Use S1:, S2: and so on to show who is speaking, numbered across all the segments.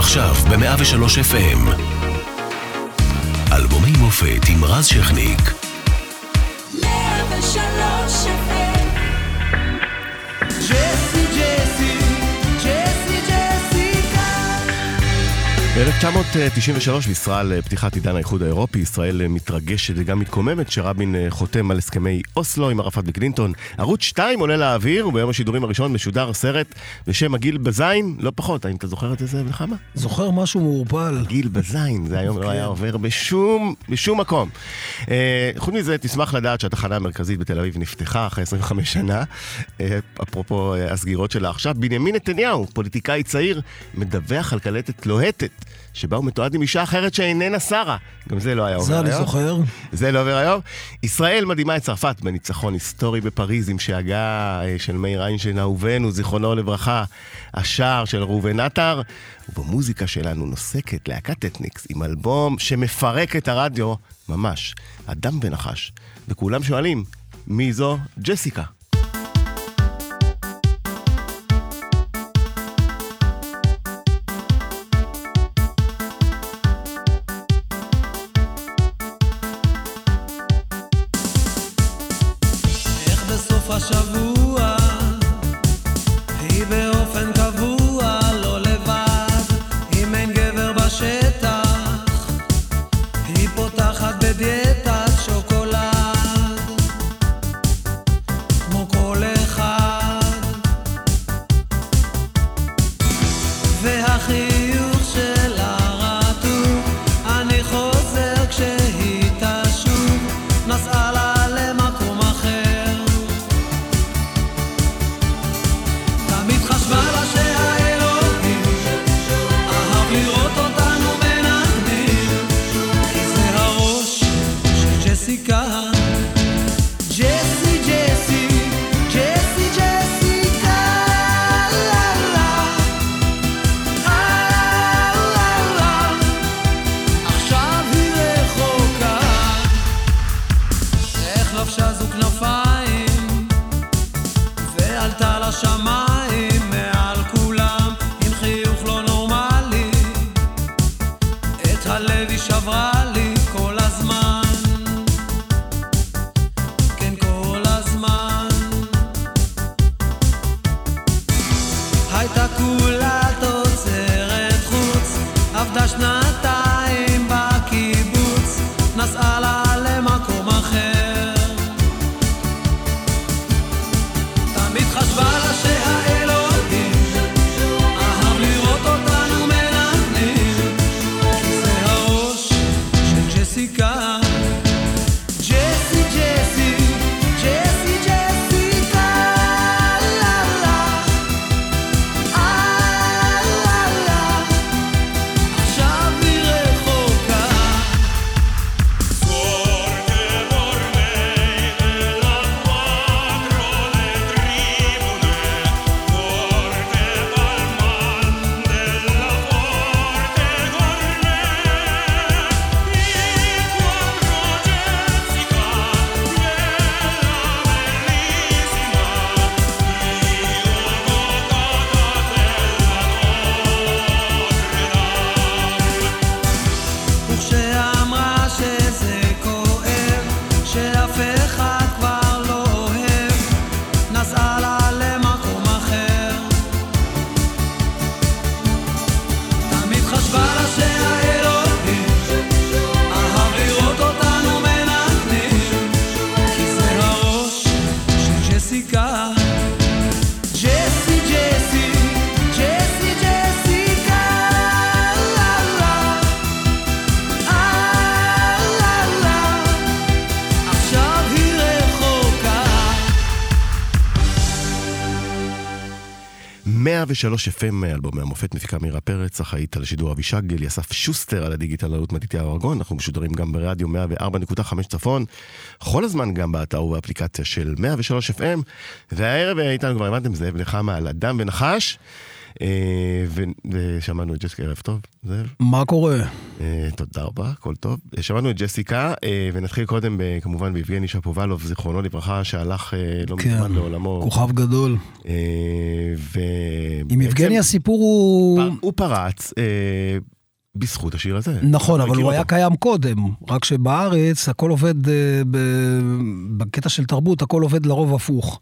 S1: עכשיו ב-103 FM אלבומי מופת עם רז שכניק.
S2: 103 FM
S3: ב-1993 וישראל פתיחת עידן האיחוד האירופי, ישראל מתרגשת וגם מתקוממת שרבין חותם על הסכמי אוסלו עם ערפאת וקלינטון. ערוץ 2 עולה לאוויר, וביום השידורים הראשון משודר סרט בשם הגיל בזין, לא פחות. האם אתה זוכר את זה, נחמה?
S4: זוכר משהו מעורפל.
S3: הגיל בזין, זה היום לא היה עובר בשום מקום. חוץ מזה, תשמח לדעת שהתחנה המרכזית בתל אביב נפתחה אחרי 25 שנה. אפרופו הסגירות שלה עכשיו, בנימין נתניהו, פוליטיקאי צעיר, מדווח על קלטת לוהטת שבה הוא מתועד עם אישה אחרת שאיננה שרה. גם זה לא היה עובר היום.
S4: זה אני זוכר.
S3: זה לא עובר היום. ישראל מדהימה את צרפת בניצחון היסטורי בפריז עם שאגה של מאיר איינשטיין אהובנו, זיכרונו לברכה, השער של ראובן עטר, ובמוזיקה שלנו נוסקת להקת אתניקס עם אלבום שמפרק את הרדיו ממש, אדם ונחש. וכולם שואלים, מי זו ג'סיקה?
S5: השבוע היא באופן קבוע לא לבד, אם אין גבר בשטח היא פותחת בדיאטת שוקולד כמו כל אחד, והחיוך שלה רטוב, אני חוזר כשהיא תשוב, נסעה לה למקום אחר. שמיים מעל כולם עם חיוך לא נורמלי, את הלב היא שברה לי כל הזמן, כן כל הזמן. הייתה כולה תוצרת חוץ, עבדה שנתיים בקיבוץ, נסעה לה למקום אחר, תמיד חשבה לה שהאלוהים אהב לראות אותנו מנגנים, כי זה הראש של ג'סיקה. ג'סי ג'סי ג'סי ג'סיקה לה לה לה לה, עכשיו היא רחוקה. וכשאמרה שזה כואב, שאף אחד כבר לא אוהב, נסעה לה למקום אחר, תמיד חשבה לה שהאלוהים אהב לראות אותנו מנגנים, כי זה הראש של ג'סיקה. ג'סי ג'סי ג'סי ג'סיקה לה לה לה, עכשיו היא רחוקה.
S3: 103 FM, אלבומי המופת, מפיקה מירה פרץ, אחראית על השידור אבישג, אליסף שוסטר על הדיגיטל, עלות מתתיהו ארגון. אנחנו משודרים גם ברדיו 104.5 צפון, כל הזמן גם באתר ובאפליקציה של 103 FM, והערב איתנו כבר הבנתם, זאב נחמה על אדם ונחש. ושמענו את ג'סיקה, ערב טוב, זאב.
S2: מה קורה?
S3: תודה רבה, הכל טוב. שמענו את ג'סיקה, ונתחיל קודם כמובן ביבגני שפובלוב, זיכרונו לברכה, שהלך לא מזמן לעולמו.
S2: כוכב גדול. עם יבגני הסיפור
S3: הוא פרץ בזכות השיר הזה.
S2: נכון, אבל הוא היה קיים קודם, רק שבארץ הכל עובד, בקטע של תרבות, הכל עובד לרוב הפוך.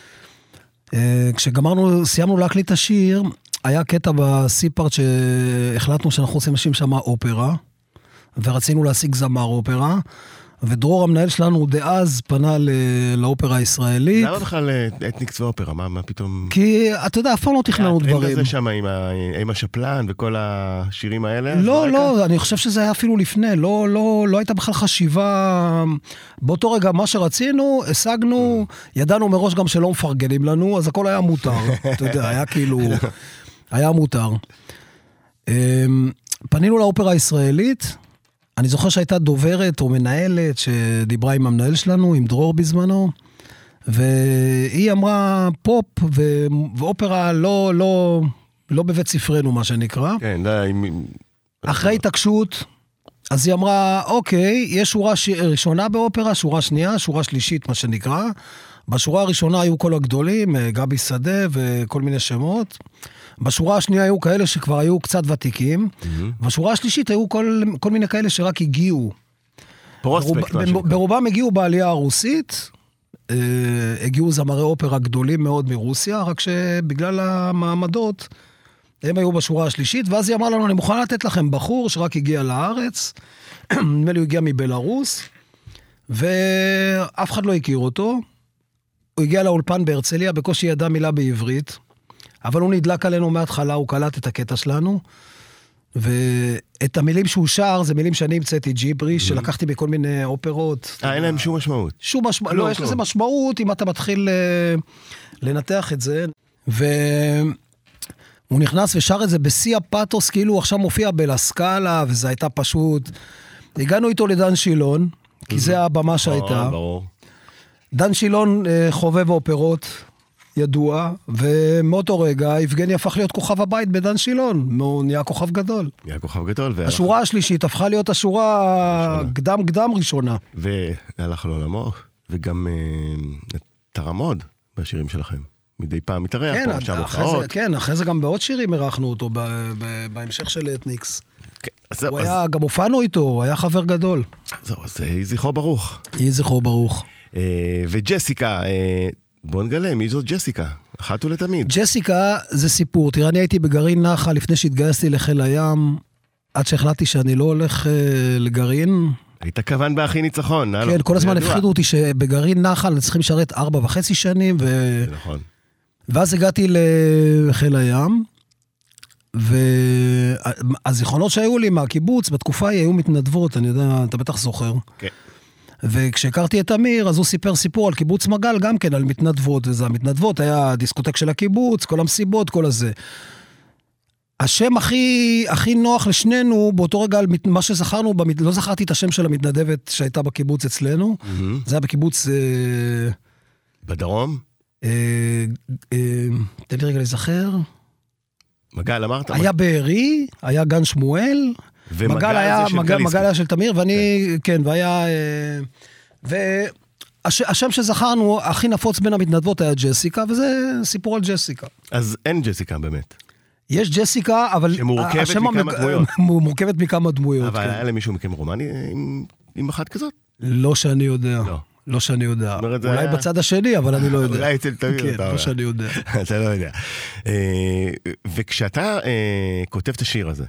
S2: סיימנו להקליט השיר, היה קטע בסיפארט שהחלטנו שאנחנו עושים שם אופרה, ורצינו להשיג זמר אופרה, ודרור המנהל שלנו דאז פנה לאופרה הישראלית.
S3: למה בכלל אתניקס ואופרה? מה פתאום?
S2: כי אתה יודע, אף פעם לא תכננו דברים.
S3: אין לזה שם עם השפלן וכל השירים האלה?
S2: לא, אני חושב שזה היה אפילו לפני, לא הייתה בכלל חשיבה. באותו רגע מה שרצינו, השגנו, ידענו מראש גם שלא מפרגנים לנו, אז הכל היה מותר. אתה יודע, היה כאילו, היה מותר. פנינו לאופרה הישראלית, אני זוכר שהייתה דוברת או מנהלת שדיברה עם המנהל שלנו, עם דרור בזמנו, והיא אמרה פופ ואופרה לא בבית ספרנו, מה שנקרא.
S3: כן,
S2: אחרי התעקשות, אז היא אמרה, אוקיי, יש שורה ראשונה באופרה, שורה שנייה, שורה שלישית, מה שנקרא. בשורה הראשונה היו כל הגדולים, גבי שדה וכל מיני שמות. בשורה השנייה היו כאלה שכבר היו קצת ותיקים, בשורה השלישית היו כל מיני כאלה שרק הגיעו. ברובם הגיעו בעלייה הרוסית, הגיעו זמרי אופרה גדולים מאוד מרוסיה, רק שבגלל המעמדות, הם היו בשורה השלישית, ואז היא אמרה לנו, אני מוכן לתת לכם בחור שרק הגיע לארץ, נדמה לי הוא הגיע מבלרוס, ואף אחד לא הכיר אותו, הוא הגיע לאולפן בהרצליה, בקושי ידע מילה בעברית, אבל הוא נדלק עלינו מההתחלה, הוא קלט את הקטע שלנו, ואת המילים שהוא שר, זה מילים שאני המצאתי ג'יבריש, שלקחתי בכל מיני אופרות.
S3: אין להם שום משמעות.
S2: שום משמעות, לא, יש לזה משמעות, אם אתה מתחיל לנתח את זה, והוא נכנס ושר את זה בשיא הפאטוס, כאילו הוא עכשיו מופיע בלסקאלה, וזה הייתה פשוט, הגענו איתו לדן שילון, כי זה הבמה שהייתה.
S3: ברור.
S2: דן שילון חובב אופרות, ידוע, ומאותו רגע, יבגני הפך להיות כוכב הבית בדן שילון, הוא נהיה כוכב גדול.
S3: נהיה כוכב גדול.
S2: השורה השלישית הפכה להיות השורה קדם ראשונה.
S3: והלך לעולמו, וגם תרם עוד בשירים שלכם. מדי פעם מתארח, פה שם הופעות.
S2: כן, אחרי זה גם בעוד שירים ערכנו אותו, בהמשך של אתניקס. הוא היה, גם הופענו איתו, הוא היה חבר גדול.
S3: זהו, אז יהי זכרו ברוך.
S2: יהי זכרו ברוך.
S3: וג'סיקה, בוא נגלה, מי זאת ג'סיקה? אחת ולתמיד.
S2: ג'סיקה זה סיפור. תראה, אני הייתי בגרעין נחל לפני שהתגייסתי לחיל הים, עד שהחלטתי שאני לא הולך לגרעין.
S3: היית כוון באחי ניצחון.
S2: כן, כל הזמן הפחידו אותי שבגרעין נחל צריכים לשרת 4.5 שנים.
S3: נכון.
S2: ואז הגעתי לחיל הים, והזיכרונות שהיו לי מהקיבוץ, בתקופה היו מתנדבות, אני יודע, אתה בטח זוכר. כן. וכשהכרתי את אמיר, אז הוא סיפר סיפור על קיבוץ מגל, גם כן על מתנדבות, וזה המתנדבות, היה דיסקוטק של הקיבוץ, כל המסיבות, כל הזה. השם הכי נוח לשנינו, באותו רגע, מה שזכרנו, לא זכרתי את השם של המתנדבת שהייתה בקיבוץ אצלנו, זה היה בקיבוץ...
S3: בדרום?
S2: תן לי רגע לזכר.
S3: מגל, אמרת?
S2: היה בארי, היה גן שמואל, מגל היה של תמיר, ואני, כן, והיה, והשם שזכרנו, הכי נפוץ בין המתנדבות היה ג'סיקה, וזה סיפור על ג'סיקה.
S3: אז אין ג'סיקה באמת.
S2: יש ג'סיקה, אבל...
S3: שמורכבת מכמה דמויות.
S2: מורכבת מכמה דמויות,
S3: אבל היה למישהו מכם רומני עם אחת כזאת?
S2: לא שאני יודע. לא שאני יודע. אולי בצד השני, אבל אני לא יודע.
S3: אולי אצל תמיר.
S2: כן, לא שאני יודע.
S3: אתה לא יודע. וכשאתה כותב את השיר הזה,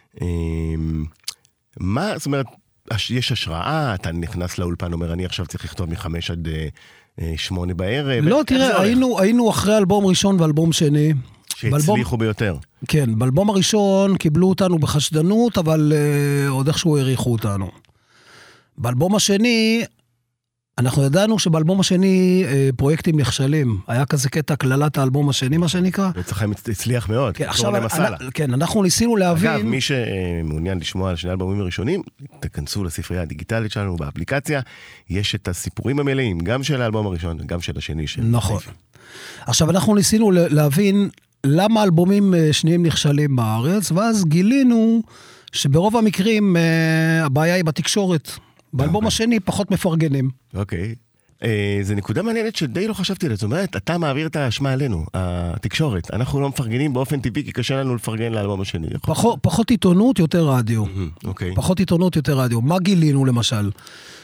S3: מה, זאת אומרת, יש השראה, אתה נכנס לאולפן, אומר, אני עכשיו צריך לכתוב 5 עד 8 בערב.
S2: לא, תראה, היינו אחרי אלבום ראשון ואלבום שני.
S3: שהצליחו ביותר.
S2: כן, באלבום הראשון קיבלו אותנו בחשדנות, אבל עוד איכשהו העריכו אותנו. באלבום השני, אנחנו ידענו שבאלבום השני פרויקטים נכשלים. היה כזה קטע כללת האלבום השני, מה שנקרא.
S3: וצריכם הצליח מאוד.
S2: כן, עכשיו, כן, אנחנו ניסינו להבין...
S3: אגב, מי שמעוניין לשמוע על שני האלבומים הראשונים, תכנסו לספרייה הדיגיטלית שלנו באפליקציה, יש את הסיפורים המלאים, גם של האלבום הראשון, גם של השני.
S2: נכון. עכשיו, אנחנו ניסינו להבין למה אלבומים שניים נכשלים בארץ, ואז גילינו שברוב המקרים הבעיה היא בתקשורת. באלבום השני פחות מפרגנים.
S3: אוקיי. זה נקודה מעניינת שדי לא חשבתי לה. זאת אומרת, אתה מעביר את האשמה עלינו, התקשורת. אנחנו לא מפרגנים באופן טבעי, כי קשה לנו לפרגן לאלבום השני.
S2: פחות עיתונות, יותר רדיו.
S3: אוקיי.
S2: פחות עיתונות, יותר רדיו. מה גילינו למשל?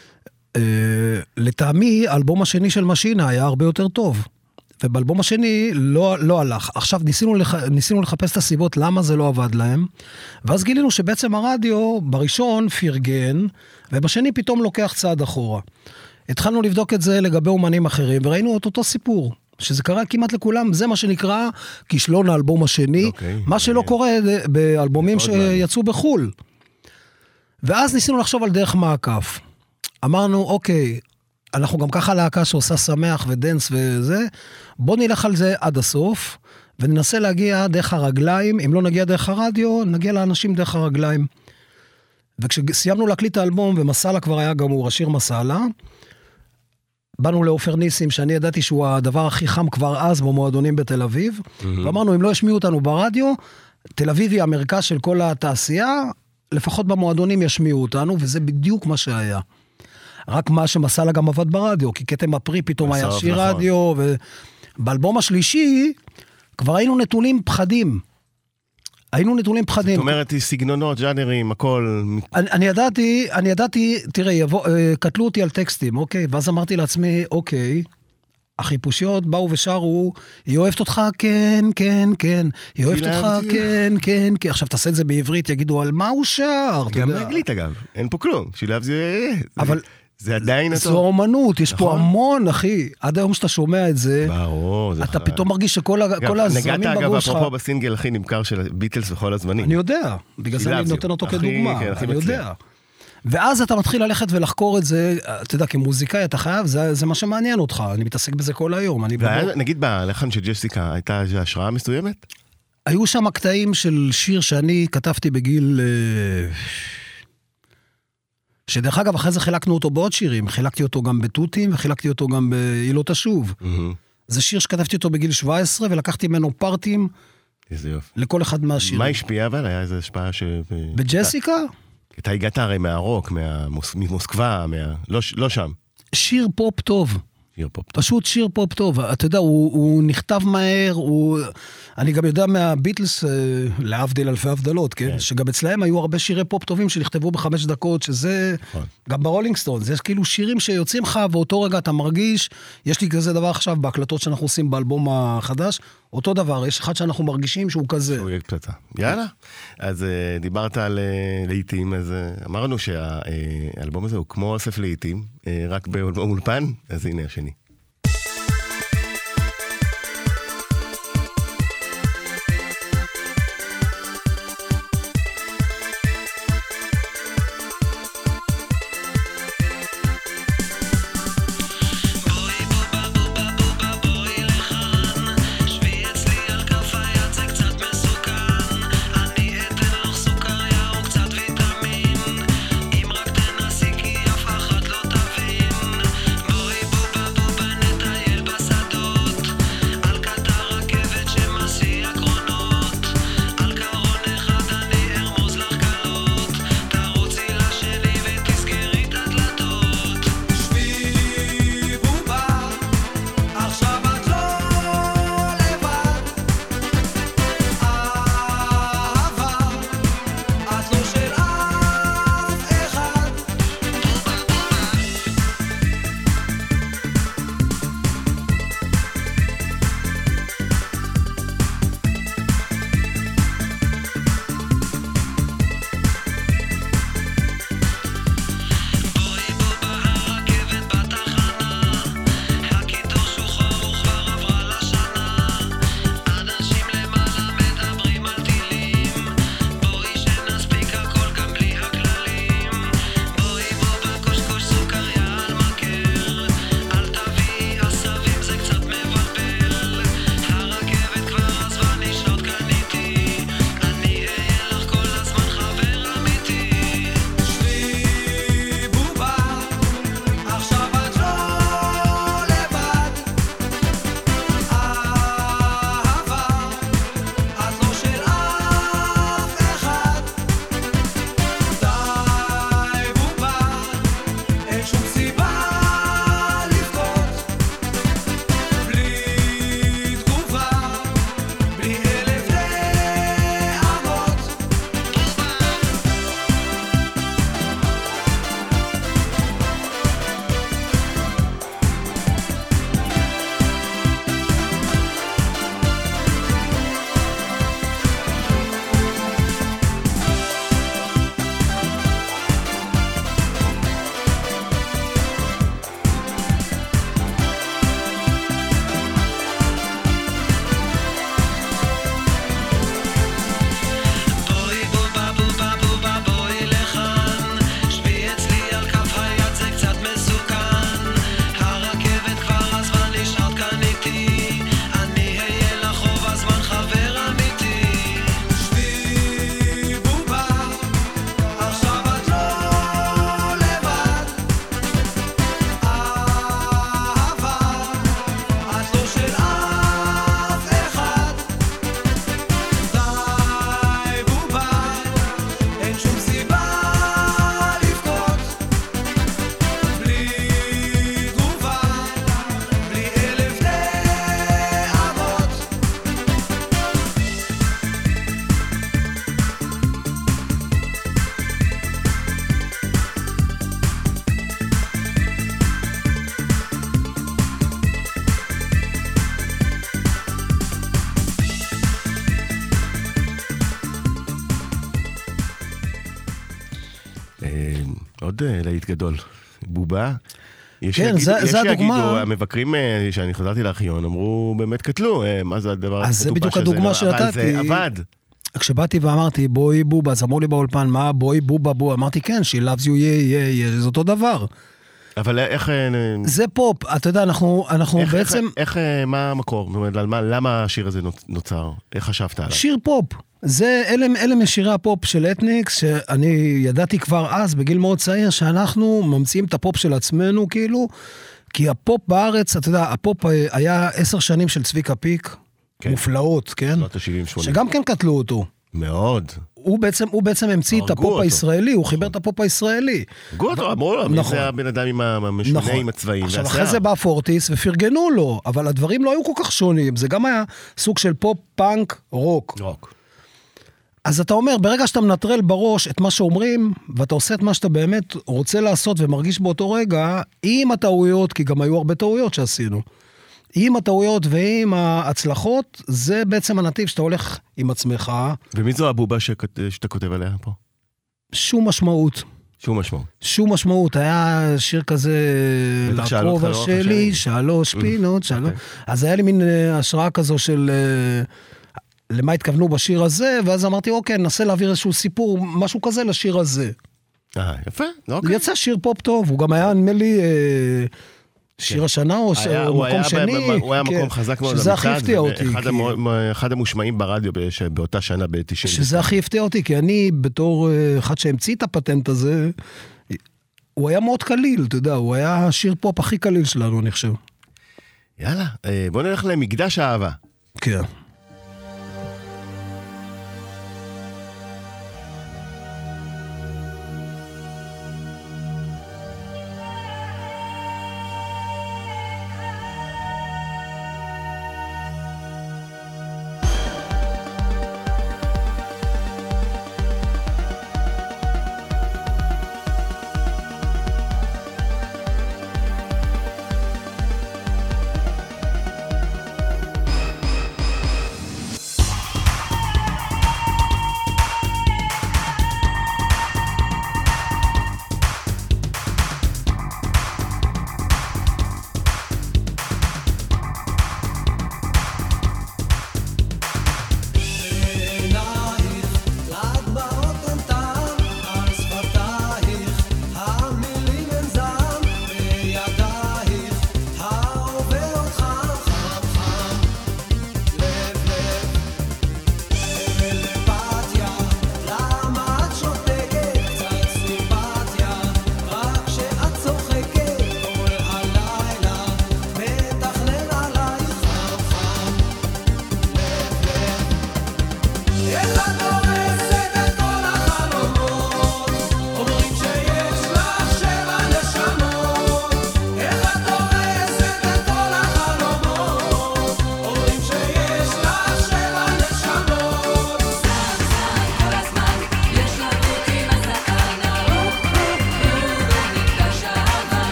S2: לטעמי, האלבום השני של משינה היה הרבה יותר טוב. ובאלבום השני לא הלך. עכשיו ניסינו לחפש את הסיבות למה זה לא עבד להם, ואז גילינו שבעצם הרדיו בראשון פרגן, ובשני פתאום לוקח צעד אחורה. התחלנו לבדוק את זה לגבי אומנים אחרים, וראינו את אותו סיפור, שזה קרה כמעט לכולם, זה מה שנקרא כישלון האלבום השני, מה שלא קורה באלבומים שיצאו בחול. ואז ניסינו לחשוב על דרך מעקף. אמרנו, אוקיי, אנחנו גם ככה להקה שעושה שמח ודנס וזה, בוא נלך על זה עד הסוף, וננסה להגיע דרך הרגליים, אם לא נגיע דרך הרדיו, נגיע לאנשים דרך הרגליים. וכשסיימנו להקליט את האלבום, ומסאלה כבר היה גמור, השיר מסאלה, באנו לאופר ניסים, שאני ידעתי שהוא הדבר הכי חם כבר אז במועדונים בתל אביב, ואמרנו, אם לא ישמיעו אותנו ברדיו, תל אביב היא המרכז של כל התעשייה, לפחות במועדונים ישמיעו אותנו, וזה בדיוק מה שהיה. רק מה שמסאלה גם עבד ברדיו, כי כתם הפרי פתאום היה שיר רדיו, ובאלבום השלישי כבר היינו נטולים פחדים. זאת
S3: אומרת, סגנונות, ז'אנרים, הכל...
S2: אני ידעתי, תראה, קטלו אותי על טקסטים, אוקיי? ואז אמרתי לעצמי, אוקיי, החיפושיות באו ושרו, היא אוהבת אותך, כן, כן, כן. היא אוהבת אותך, כן, כן, כן. עכשיו תעשה את זה בעברית, יגידו על מה הוא שר.
S3: גם באנגלית אגב, אין פה כלום. שילב זה... אבל... זה עדיין...
S2: זו אומנות, יש פה המון, אחי. עד היום שאתה שומע את זה, אתה פתאום מרגיש שכל הזרמים
S3: נגעת אגב,
S2: בגוף שלך...
S3: אפרופו בסינגל הכי נמכר של ביטלס וכל הזמנים.
S2: אני יודע, בגלל זה אני נותן אותו כדוגמה. אני יודע. ואז אתה מתחיל ללכת ולחקור את זה, אתה יודע, כמוזיקאי אתה חייב, זה מה שמעניין אותך, אני מתעסק בזה כל היום.
S3: נגיד בלחן של ג'סיקה, הייתה השראה מסוימת?
S2: היו שם קטעים של שיר שאני כתבתי בגיל... שדרך אגב, אחרי זה חילקנו אותו בעוד שירים, חילקתי אותו גם בטוטים, וחילקתי אותו גם בעילות השוב. זה שיר שכתבתי אותו בגיל 17, ולקחתי ממנו פרטים לכל אחד מהשירים.
S3: מה השפיע אבל? היה איזו השפעה ש...
S2: בג'סיקה?
S3: אתה הגעת הרי מהרוק, ממוסקבה, לא שם.
S2: שיר פופ טוב. פשוט שיר פופ טוב. אתה יודע, הוא נכתב מהר, אני גם יודע מהביטלס, להבדיל אלפי הבדלות, כן? שגם אצלהם היו הרבה שירי פופ טובים שנכתבו ב5 דקות, שזה גם ברולינג סטון, זה כאילו שירים שיוצאים לך, ואותו רגע אתה מרגיש, יש לי כזה דבר עכשיו בהקלטות שאנחנו עושים באלבום החדש, אותו דבר, יש אחד שאנחנו מרגישים שהוא כזה.
S3: הוא יהיה פצצה. יאללה. אז דיברת על לעיתים, אז אמרנו שהאלבום הזה הוא כמו אוסף לעיתים, רק באולפן, אז הנה השני.
S5: בואי בובה בובה
S3: עוד להיט גדול. בובה.
S2: כן, זה הדוגמה.
S3: המבקרים שאני חזרתי לארכיון, אמרו, באמת קטלו, מה זה הדבר?
S2: אז זה בדיוק הדוגמה שנתתי.
S3: אבל זה עבד.
S2: כשבאתי ואמרתי, בואי בובה, אז אמרו לי באולפן, מה, בואי בובה, אמרתי, כן, she loves you, זה אותו דבר.
S3: אבל איך...
S2: זה פופ, אתה יודע, אנחנו בעצם...
S3: מה המקור? זאת אומרת, למה השיר הזה נוצר? איך חשבת עליו?
S2: שיר פופ. אלה משירי הפופ של אתניקס, שאני ידעתי כבר אז, בגיל מאוד צעיר, שאנחנו ממציאים את הפופ של עצמנו, כאילו, כי הפופ בארץ, אתה יודע, הפופ היה 10 שנים של צביקה פיק, מופלאות, כן?
S3: שנות ה-70-80.
S2: שגם כן קטלו אותו.
S3: מאוד.
S2: הוא בעצם המציא את הפופ הישראלי, הוא חיבר את הפופ הישראלי.
S3: הרגו אותו, אמרו לו, מי זה הבן אדם עם המשונה, עם הצבעים.
S2: עכשיו, אחרי זה בא פורטיס ופרגנו לו, אבל הדברים לא היו כל כך שונים, זה גם היה סוג של פופ, פאנק, רוק. אז אתה אומר, ברגע שאתה מנטרל בראש את מה שאומרים, ואתה עושה את מה שאתה באמת רוצה לעשות ומרגיש באותו רגע, עם הטעויות, כי גם היו הרבה טעויות שעשינו, עם הטעויות ועם ההצלחות, זה בעצם הנתיב שאתה הולך עם עצמך.
S3: ומי זו הבובה שאתה כותב עליה פה?
S2: שום משמעות. שום משמעות. היה שיר כזה, לכובע שלי, 3 פינות, 3. אז היה לי מין השראה כזו של... למה התכוונו בשיר הזה, ואז אמרתי, אוקיי, ננסה להעביר איזשהו סיפור, משהו כזה לשיר הזה.
S3: יפה, אוקיי.
S2: יצא שיר פופ טוב, הוא גם היה, נדמה לי, שיר השנה או מקום שני.
S3: הוא היה מקום חזק מאוד.
S2: שזה הכי הפתיע אותי.
S3: אחד המושמעים ברדיו באותה שנה ב-90.
S2: שזה הכי הפתיע אותי, כי אני, בתור אחד שהמציא את הפטנט הזה, הוא היה מאוד קליל, אתה יודע, הוא היה השיר פופ הכי קליל שלנו, אני חושב.
S3: יאללה, בוא נלך למקדש האהבה.
S2: כן.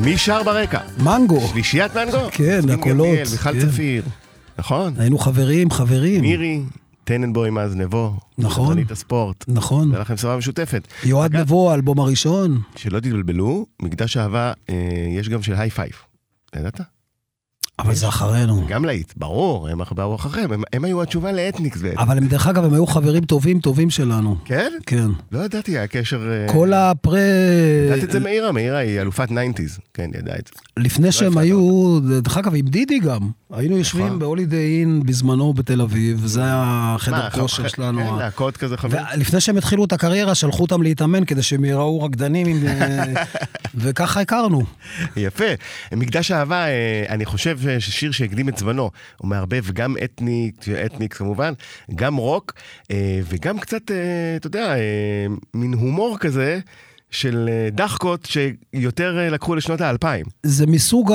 S3: מי שר ברקע?
S2: מנגו.
S3: שלישיית מנגו?
S2: כן,
S3: צבי
S2: הקולות.
S3: גמליאל, מיכל
S2: כן.
S3: צפיר. נכון?
S2: היינו חברים.
S3: מירי, טננבוים אז נבו.
S2: נכון.
S3: שדרנית הספורט.
S2: נכון.
S3: היה לכם סבבה משותפת.
S2: יועד
S3: אגב,
S2: נבו, האלבום הראשון.
S3: שלא תתבלבלו, מקדש אהבה יש גם של היי פייב. ידעת?
S2: אבל זה אחרינו.
S3: גם להיט, ברור, הם באו אחריהם, הם היו התשובה לאתניקס בעצם.
S2: אבל הם, דרך אגב, הם היו חברים טובים שלנו.
S3: כן?
S2: כן.
S3: לא ידעתי, היה קשר...
S2: כל
S3: ידעת את זה מאירה היא אלופת 90's, כן, ידע את זה.
S2: לפני שהם היו, דרך אגב, עם דידי גם. היינו יושבים בהולידיי אין בזמנו בתל אביב, וזה היה חדר כושר שלנו.
S3: כן, להקות כזה חברים.
S2: ולפני שהם התחילו את הקריירה, שלחו אותם להתאמן כדי שהם יראו רקדנים, וככה הכרנו.
S3: יפה. מקדש אהבה, אני חושב ששיר שהקדים את זמנו, הוא מערבב גם אתניק כמובן, גם רוק, וגם קצת, אתה יודע, מין הומור כזה, של דחקות שיותר לקחו לשנות ה-2000.
S2: זה מסוג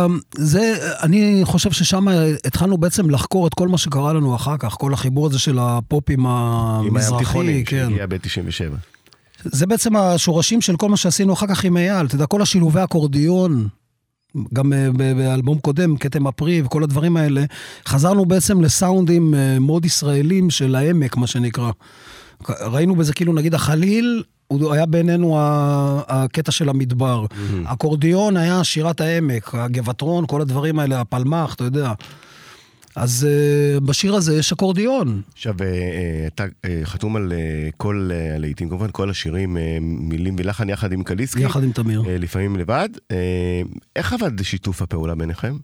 S2: אני חושב ששם התחלנו בעצם לחקור את כל מה שקרה לנו אחר כך, כל החיבור הזה של הפופים המזרחי, כן.
S3: שהגיע ב-97.
S2: זה בעצם השורשים של כל מה שעשינו אחר כך עם אייל, אתה יודע, כל השילובי אקורדיון, גם באלבום קודם, כתם הפרי וכל הדברים האלה, חזרנו בעצם לסאונדים מאוד ישראלים של העמק, מה שנקרא. ראינו בזה כאילו, נגיד, החליל, הוא היה בינינו הקטע של המדבר. אקורדיון היה שירת העמק, הגבעתרון, כל הדברים האלה, הפלמח, אתה יודע. אז בשיר הזה יש אקורדיון.
S3: עכשיו, אתה חתום על כל הלהיטים, כמובן, כל השירים, מילים ולחן יחד עם קליסקי.
S2: יחד עם תמיר.
S3: לפעמים לבד. איך עבד שיתוף הפעולה ביניכם?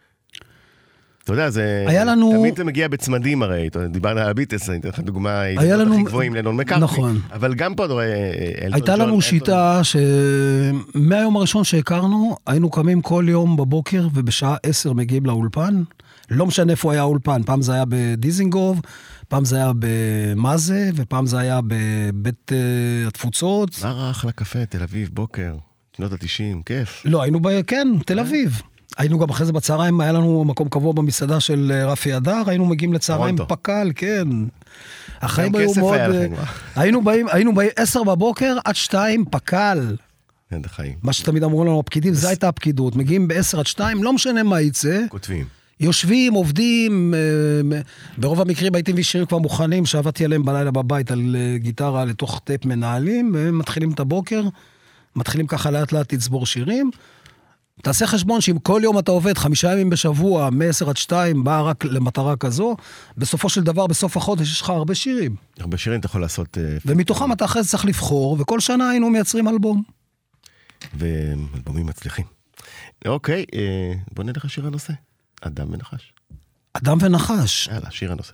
S3: אתה יודע, תמיד זה מגיע בצמדים הרי, דיברנו על הביטלס, אני אתן לך דוגמה,
S2: היה לנו...
S3: הכי גבוהים לנון מקארטני.
S2: נכון.
S3: אבל גם פה,
S2: הייתה לנו שיטה שמהיום הראשון שהכרנו, היינו קמים כל יום בבוקר, ובשעה 10 מגיעים לאולפן, לא משנה איפה היה האולפן, פעם זה היה בדיזינגוף, פעם זה היה במאזה, ופעם זה היה בבית התפוצות.
S3: מה רע אחלה קפה, תל אביב, בוקר, שנות ה-90, כיף.
S2: לא, היינו כן, תל אביב. היינו גם אחרי זה בצהריים, היה לנו מקום קבוע במסעדה של רפי אדר, היינו מגיעים לצהריים פקל, כן. החיים היו מאוד... היינו באים 10 בבוקר עד 2 פקל.
S3: אין החיים.
S2: מה שתמיד אמרו לנו הפקידים, זה הייתה הפקידות. מגיעים ב10 עד 2, לא משנה מה יצא.
S3: כותבים.
S2: יושבים, עובדים, ברוב המקרים הייתי מביא שירים כבר מוכנים, שעבדתי עליהם בלילה בבית על גיטרה לתוך טייפ מנהלים, ומתחילים את הבוקר, מתחילים ככה לאט לאט לצבור שירים. תעשה חשבון שאם כל יום אתה עובד 5 ימים בשבוע, מ-10 עד 2, באה רק למטרה כזו, בסופו של דבר, בסוף החודש יש לך הרבה שירים.
S3: הרבה שירים אתה יכול לעשות...
S2: ומתוכם אתה אחרי זה צריך לבחור, וכל שנה היינו מייצרים אלבום.
S3: ואלבומים מצליחים. אוקיי, בוא נלך שיר הנושא. אדם ונחש.
S2: אדם ונחש.
S3: יאללה, שיר הנושא.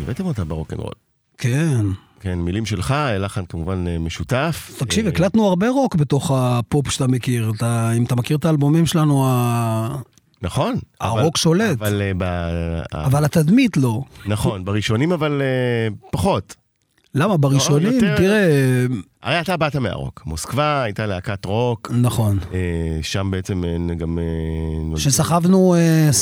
S3: הבאתם אותה ברוקנרול.
S2: כן.
S3: כן, מילים שלך, לחן כמובן משותף.
S2: תקשיב, הקלטנו הרבה רוק בתוך הפופ שאתה מכיר. אם אתה מכיר את האלבומים שלנו,
S3: נכון.
S2: הרוק שולט. אבל התדמית לא.
S3: נכון, בראשונים אבל פחות.
S2: למה? בראשונים, תראה...
S3: הרי אתה באת מהרוק. מוסקבה הייתה להקת רוק.
S2: נכון.
S3: שם בעצם גם...
S2: שסחבנו...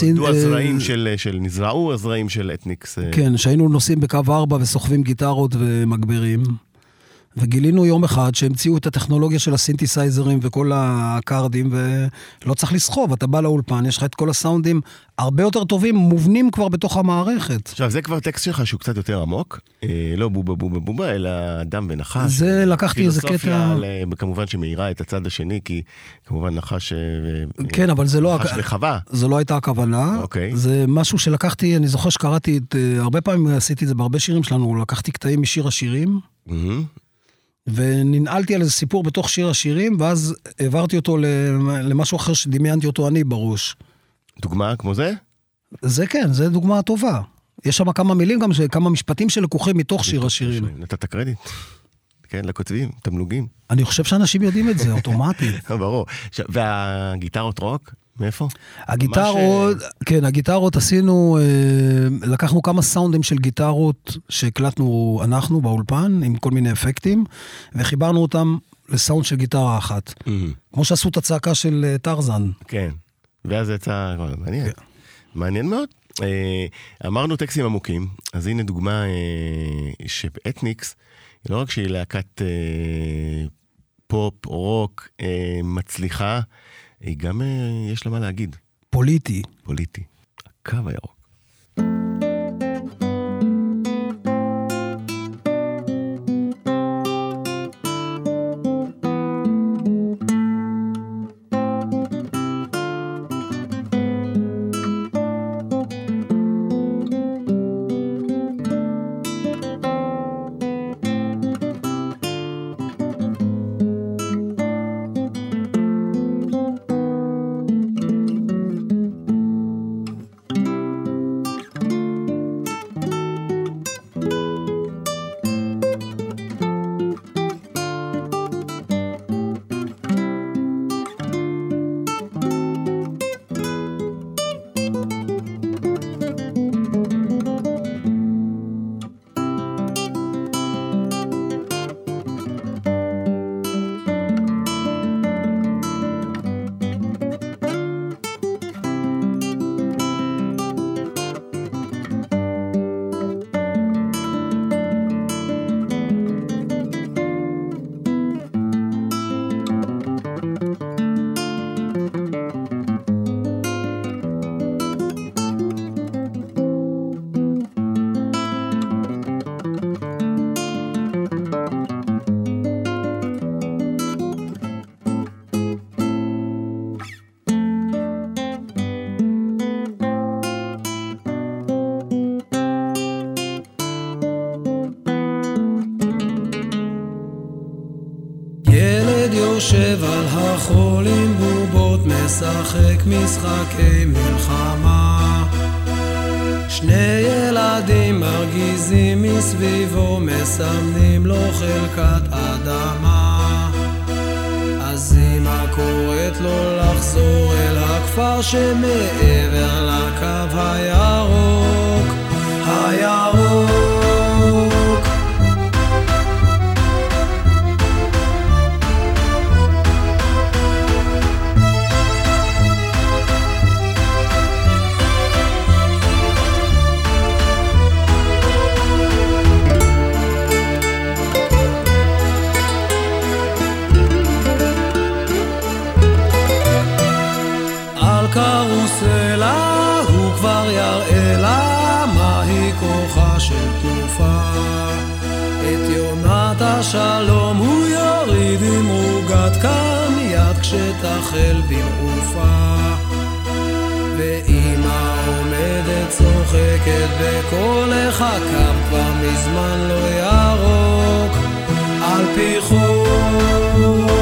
S3: נזרעו הזרעים של אתניקס.
S2: כן, שהיינו נוסעים בקו 4 וסוחבים גיטרות ומגברים. וגילינו יום אחד שהמציאו את הטכנולוגיה של הסינתסייזרים וכל הקארדים, ולא צריך לסחוב, אתה בא לאולפן, יש לך את כל הסאונדים הרבה יותר טובים, מובנים כבר בתוך המערכת.
S3: עכשיו, זה כבר טקסט שלך שהוא קצת יותר עמוק, לא בובה בובה בובה, אלא דם ונחש.
S2: זה לקחתי איזה קטע...
S3: פילוסופיה, כמובן שמאירה את הצד השני, כי כמובן נחש...
S2: כן, אבל זה לא...
S3: נחש וחווה.
S2: זה לא הייתה הכוונה.
S3: אוקיי.
S2: זה משהו שלקחתי, אני זוכר שקראתי הרבה פעמים עשיתי את זה בהרבה שירים שלנו, לקחתי קטעים משיר השירים. וננעלתי על איזה סיפור בתוך שיר השירים, ואז העברתי אותו למשהו אחר שדמיינתי אותו אני בראש.
S3: דוגמה כמו זה?
S2: זה כן, זה דוגמה טובה. יש שם כמה מילים גם, כמה משפטים שלקוחים מתוך שיר השירים.
S3: נתת קרדיט. כן, לכותבים, תמלוגים.
S2: אני חושב שאנשים יודעים את זה, אוטומטית.
S3: ברור. והגיטרות רוק? מאיפה?
S2: הגיטרות, כן, הגיטרות עשינו, לקחנו כמה סאונדים של גיטרות שהקלטנו אנחנו באולפן, עם כל מיני אפקטים, וחיברנו אותם לסאונד של גיטרה אחת. כמו שעשו את הצעקה של טרזן.
S3: כן, ואז זה יצא, מעניין. מעניין מאוד. אמרנו טקסטים עמוקים, אז הנה דוגמה שאתניקס, לא רק שהיא להקת פופ, רוק, מצליחה, היא גם, יש לה מה להגיד.
S2: פוליטי.
S3: פוליטי. הקו הירוק.
S5: יושב על החול עם בובות, משחק משחקי מלחמה. שני ילדים מרגיזים מסביבו, מסמנים לו חלקת אדמה. אז אמא קוראת לו לחזור אל הכפר שמעבר לקו הירוק, הירוק. קרוסלה הוא כבר יראה לה מהי כוחה של תנופה. את יונת השלום הוא יוריד עם רוגת כאן מיד כשתחל במעופה. ואמא עומדת צוחקת בקולך, הקו כבר מזמן לא ירוק על פי חוק.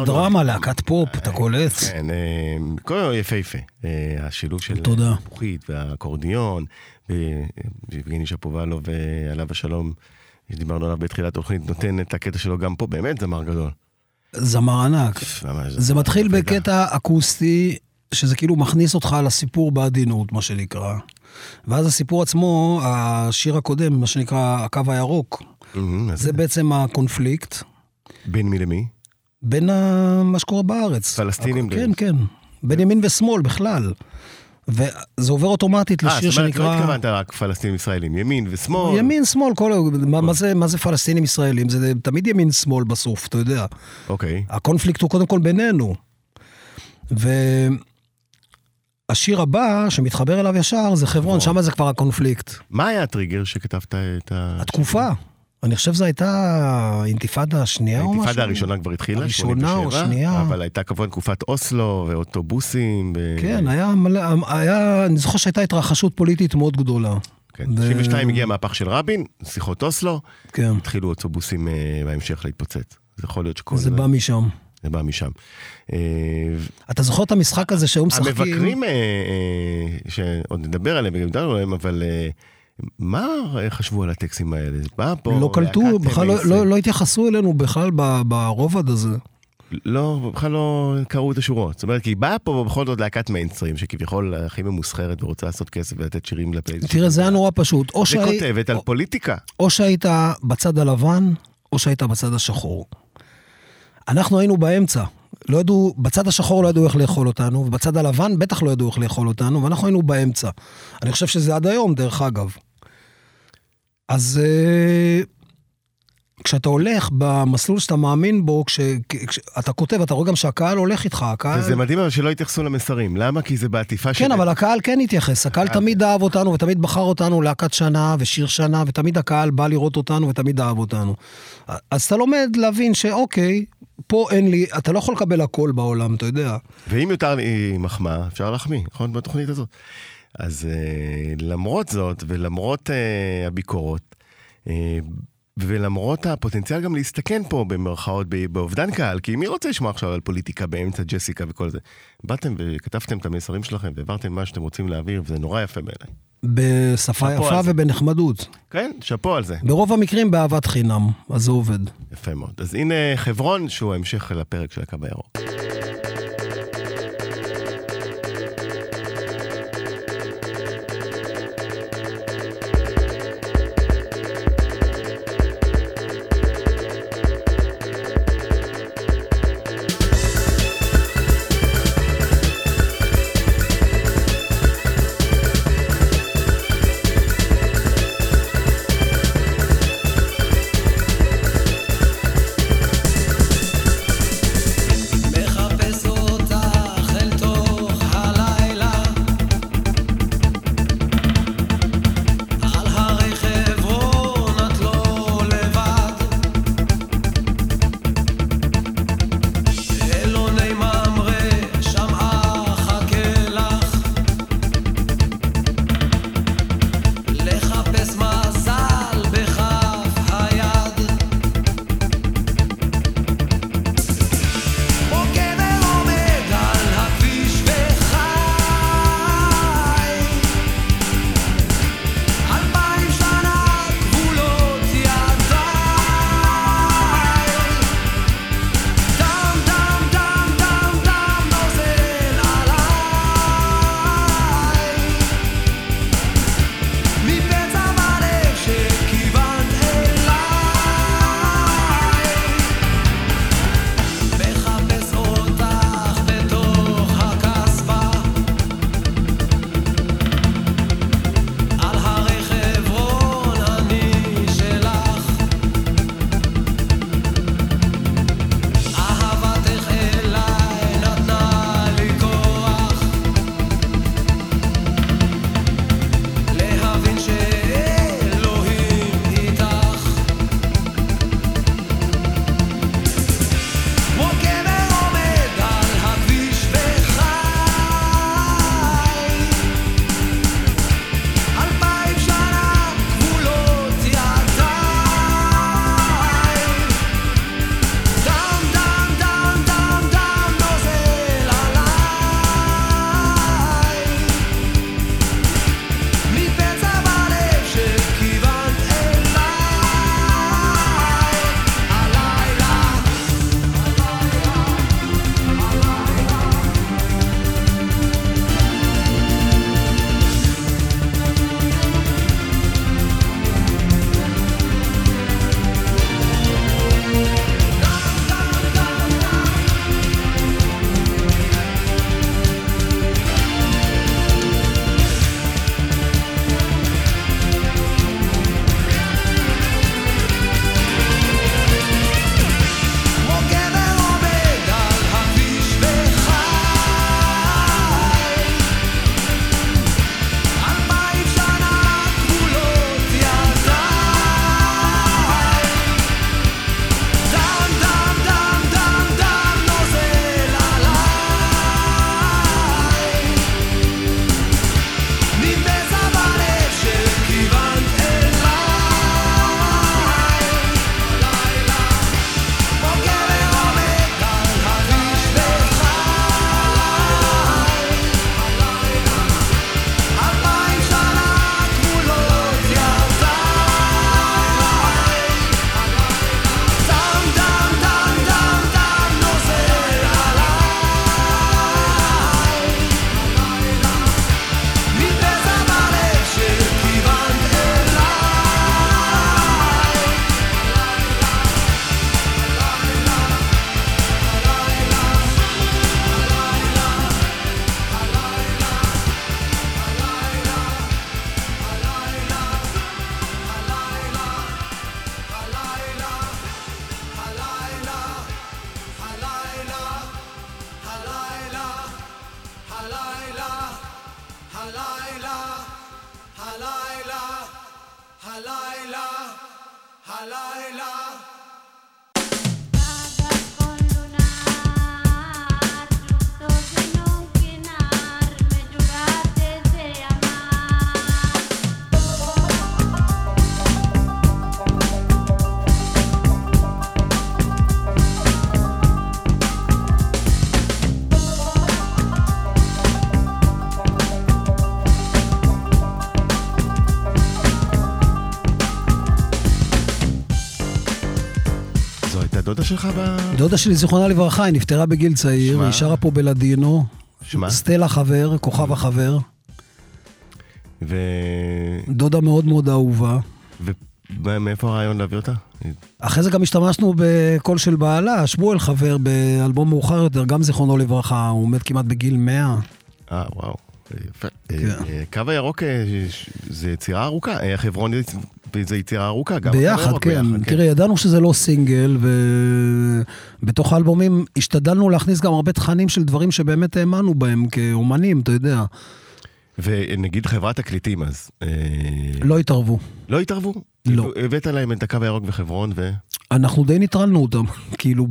S2: דרמה, להקת פופ, אתה קולט.
S3: כן, כל יפה. השילוב של
S2: תודה.
S3: הפוכית והאקורדיון, ויבגני שפובלוב ועליו השלום, שדיברנו עליו בתחילת תוכנית, נותן את הקטע שלו גם פה, באמת זמר גדול.
S2: זמר ענק. זה מתחיל בקטע אקוסטי, שזה כאילו מכניס אותך לסיפור בעדינות, מה שנקרא. ואז הסיפור עצמו, השיר הקודם, מה שנקרא הקו הירוק, זה בעצם הקונפליקט.
S3: בין מי למי?
S2: בין מה שקורה בארץ.
S3: פלסטינים?
S2: כן. בין ימין ושמאל בכלל. וזה עובר אוטומטית לשיר שנקרא...
S3: זאת אומרת, לא התכוונת רק פלסטינים ישראלים, ימין ושמאל.
S2: ימין, שמאל, מה זה פלסטינים ישראלים? זה תמיד ימין שמאל בסוף, אתה יודע.
S3: אוקיי.
S2: הקונפליקט הוא קודם כל בינינו. והשיר הבא, שמתחבר אליו ישר, זה חברון, שם זה כבר הקונפליקט.
S3: מה היה הטריגר שכתבת את
S2: התקופה. אני חושב שזו הייתה אינתיפאדה השנייה או משהו.
S3: האינתיפאדה הראשונה כבר התחילה,
S2: הראשונה או שנייה.
S3: אבל הייתה כמובן תקופת אוסלו ואוטובוסים.
S2: כן, אני זוכר שהייתה התרחשות פוליטית מאוד גדולה.
S3: כן, 92 הגיע מהפך של רבין, שיחות אוסלו, התחילו אוטובוסים בהמשך להתפוצץ. זה יכול להיות שכל...
S2: זה בא משם.
S3: זה בא משם.
S2: אתה זוכר את המשחק הזה שהיו משחקים?
S3: המבקרים, שעוד נדבר עליהם וגם דנו עליהם, אבל... מה חשבו על הטקסטים האלה?
S2: לא קלטו, בכלל לא התייחסו אלינו בכלל ברובד הזה.
S3: לא, בכלל לא קראו את השורות. זאת אומרת, כי באה פה בכל זאת להקת מיינסטרים, שכביכול הכי ממוסחרת ורוצה לעשות כסף ולתת שירים לפלייסט.
S2: תראה, זה היה נורא פשוט.
S3: וכותבת על פוליטיקה.
S2: או שהיית בצד הלבן, או שהיית בצד השחור. אנחנו היינו באמצע. בצד השחור לא ידעו איך לאכול אותנו, ובצד הלבן בטח לא ידעו איך לאכול אותנו, ואנחנו היינו באמצע. אני חושב שזה עד היום, דרך אגב. אז כשאתה הולך במסלול שאתה מאמין בו, כשאתה כותב, אתה רואה גם שהקהל הולך איתך,
S3: וזה מדהים אבל שלא התייחסו למסרים. למה? כי זה בעטיפה
S2: כן, אבל הקהל כן התייחס. הקהל תמיד אהב אותנו, ותמיד בחר אותנו להקת שנה ושיר שנה, ותמיד הקהל בא לראות אותנו, ותמיד אהב אותנו. אז אתה לומד להבין שאוקיי, פה אין לי, אתה לא יכול לקבל הכל בעולם, אתה יודע.
S3: ואם יותר לי מחמאה, אפשר להחמיא, נכון? בתוכנית הזאת. אז למרות זאת, ולמרות הביקורות, ולמרות הפוטנציאל גם להסתכן פה במרכאות באובדן קהל, כי מי רוצה לשמוע עכשיו על פוליטיקה באמצע ג'סיקה וכל זה? באתם וכתבתם את המסרים שלכם, והעברתם מה שאתם רוצים להעביר, וזה נורא יפה בעיניי.
S2: בשפה יפה ובנחמדות.
S3: כן, שפו על זה.
S2: ברוב המקרים באהבת חינם, אז זה עובד.
S3: יפה מאוד. אז הנה חברון, שהוא ההמשך לפרק של הקו הירוק.
S5: מחפש
S3: דודה שלך
S2: דודה שלי, זיכרונה לברכה, היא נפטרה בגיל צעיר, היא שרה פה בלדינו. סטלה חבר, כוכב החבר. דודה מאוד מאוד אהובה.
S3: ומאיפה הרעיון להביא אותה?
S2: אחרי זה גם השתמשנו בקול של בעלה, שמואל חבר באלבום מאוחר יותר, גם זיכרונו לברכה, הוא מת כמעט בגיל 100.
S3: וואו, יפה. קו הירוק זה יצירה ארוכה, החברונית זה יצירה ארוכה.
S2: ביחד, כן. תראה, ידענו שזה לא סינגל, ובתוך האלבומים השתדלנו להכניס גם הרבה תכנים של דברים שבאמת האמנו בהם כאומנים, אתה יודע.
S3: ונגיד חברת תקליטים אז...
S2: לא התערבו.
S3: לא התערבו?
S2: לא.
S3: הבאת להם את הקו הירוק וחברון
S2: אנחנו די ניטרלנו אותם, כאילו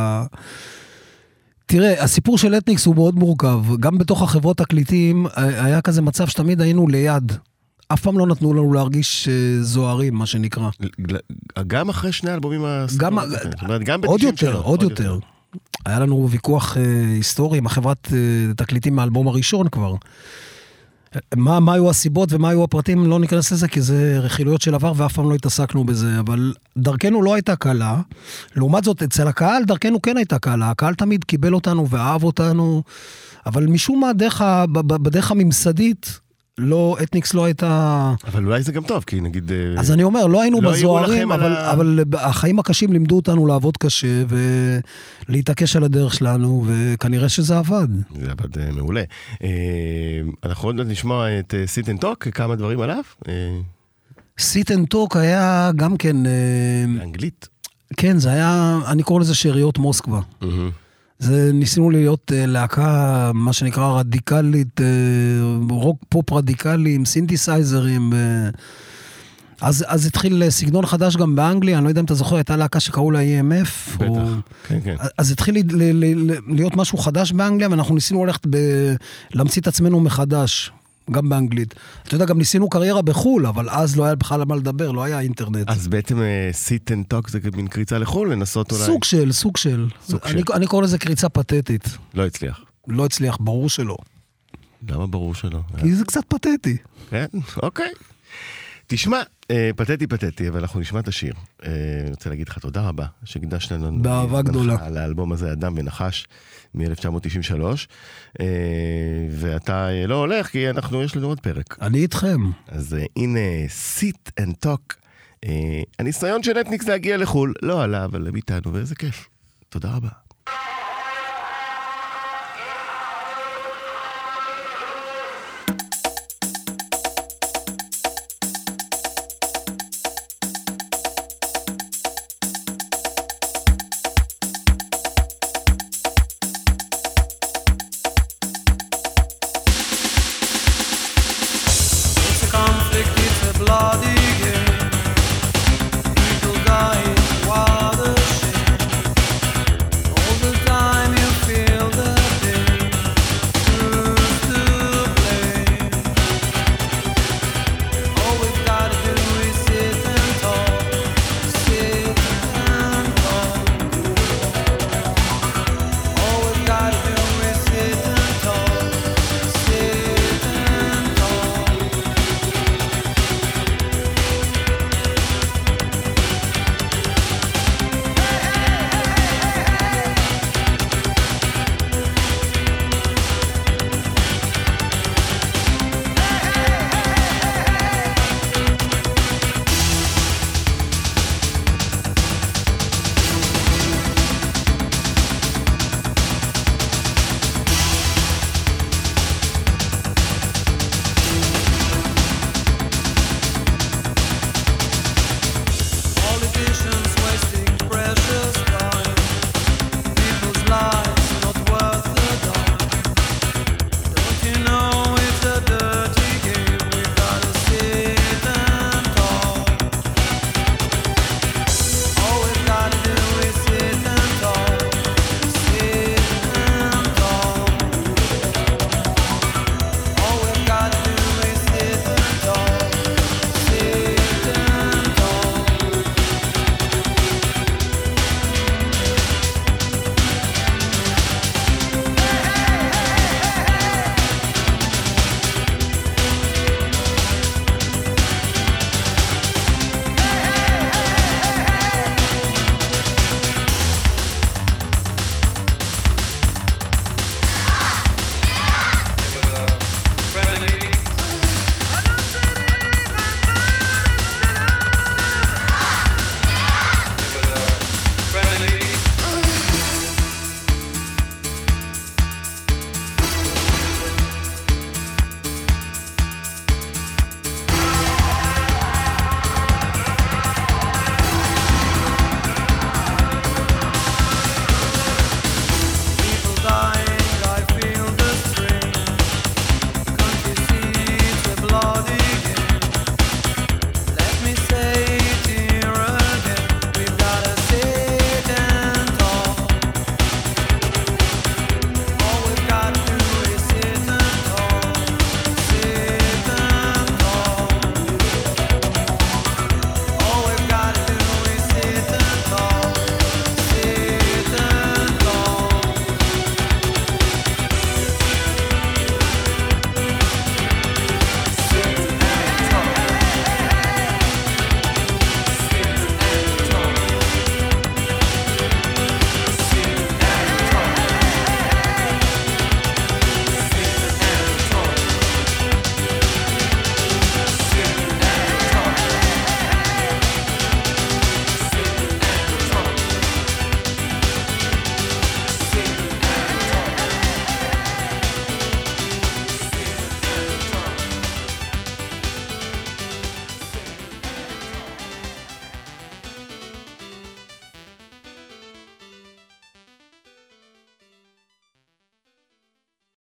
S2: תראה, הסיפור של אתניקס הוא מאוד מורכב. גם בתוך החברות תקליטים היה כזה מצב שתמיד היינו ליד. אף פעם לא נתנו לנו להרגיש זוהרים, מה שנקרא.
S3: גם אחרי שני אלבומים
S2: עוד יותר, עוד יותר. היה לנו ויכוח היסטורי עם החברת תקליטים מהאלבום הראשון כבר. מה היו הסיבות ומה היו הפרטים, לא ניכנס לזה, כי זה רכילויות של עבר ואף פעם לא התעסקנו בזה, אבל דרכנו לא הייתה קלה. לעומת זאת, אצל הקהל דרכנו כן הייתה קלה. הקהל תמיד קיבל אותנו ואהב אותנו, אבל משום מה בדרך הממסדית, לא, אתניקס לא הייתה...
S3: אבל אולי זה גם טוב, כי נגיד...
S2: אז אני אומר, לא היינו בזוהרים, אבל החיים הקשים לימדו אותנו לעבוד קשה, ולהתעקש על הדרך שלנו, וכנראה שזה עבד.
S3: זה עבד מעולה. אנחנו עוד נשמע את Sit and Talk, כמה דברים עליו.
S2: Sit and Talk היה גם כן...
S3: באנגלית.
S2: כן, זה היה, אני קורא לזה שאריות מוסקבה. זה ניסינו להיות להקה, מה שנקרא רדיקלית, רוק פופ רדיקלי, עם סינתסייזרים. אז התחיל סגנון חדש גם באנגליה, אני לא יודע אם אתה זוכר, הייתה להקה שקראו לה EMF.
S3: בטח, כן, כן.
S2: אז התחיל להיות משהו חדש באנגליה, ואנחנו ניסינו ללכת להמציא את עצמנו מחדש. גם באנגלית. אתה יודע, גם ניסינו קריירה בחול, אבל אז לא היה בכלל מה לדבר, לא היה אינטרנט.
S3: אז בעצם sit and talk זה מין קריצה לחול, לנסות אולי...
S2: סוג של. אני קורא לזה קריצה פתטית.
S3: לא הצליח.
S2: לא הצליח, ברור שלא.
S3: למה ברור שלא?
S2: כי זה קצת פתטי.
S3: כן, אוקיי. תשמע, פתטי, אבל אנחנו נשמע את השיר. אני רוצה להגיד לך תודה רבה, שהקדשת לנו...
S2: באהבה גדולה.
S3: על האלבום הזה, אדם ונחש, מ-1993. ואתה לא הולך, כי יש לנו עוד פרק.
S2: אני איתכם.
S3: אז הנה, sit and talk. הניסיון של אתניקס להגיע לחול, לא עלה, אבל איתנו, ואיזה כיף. תודה רבה.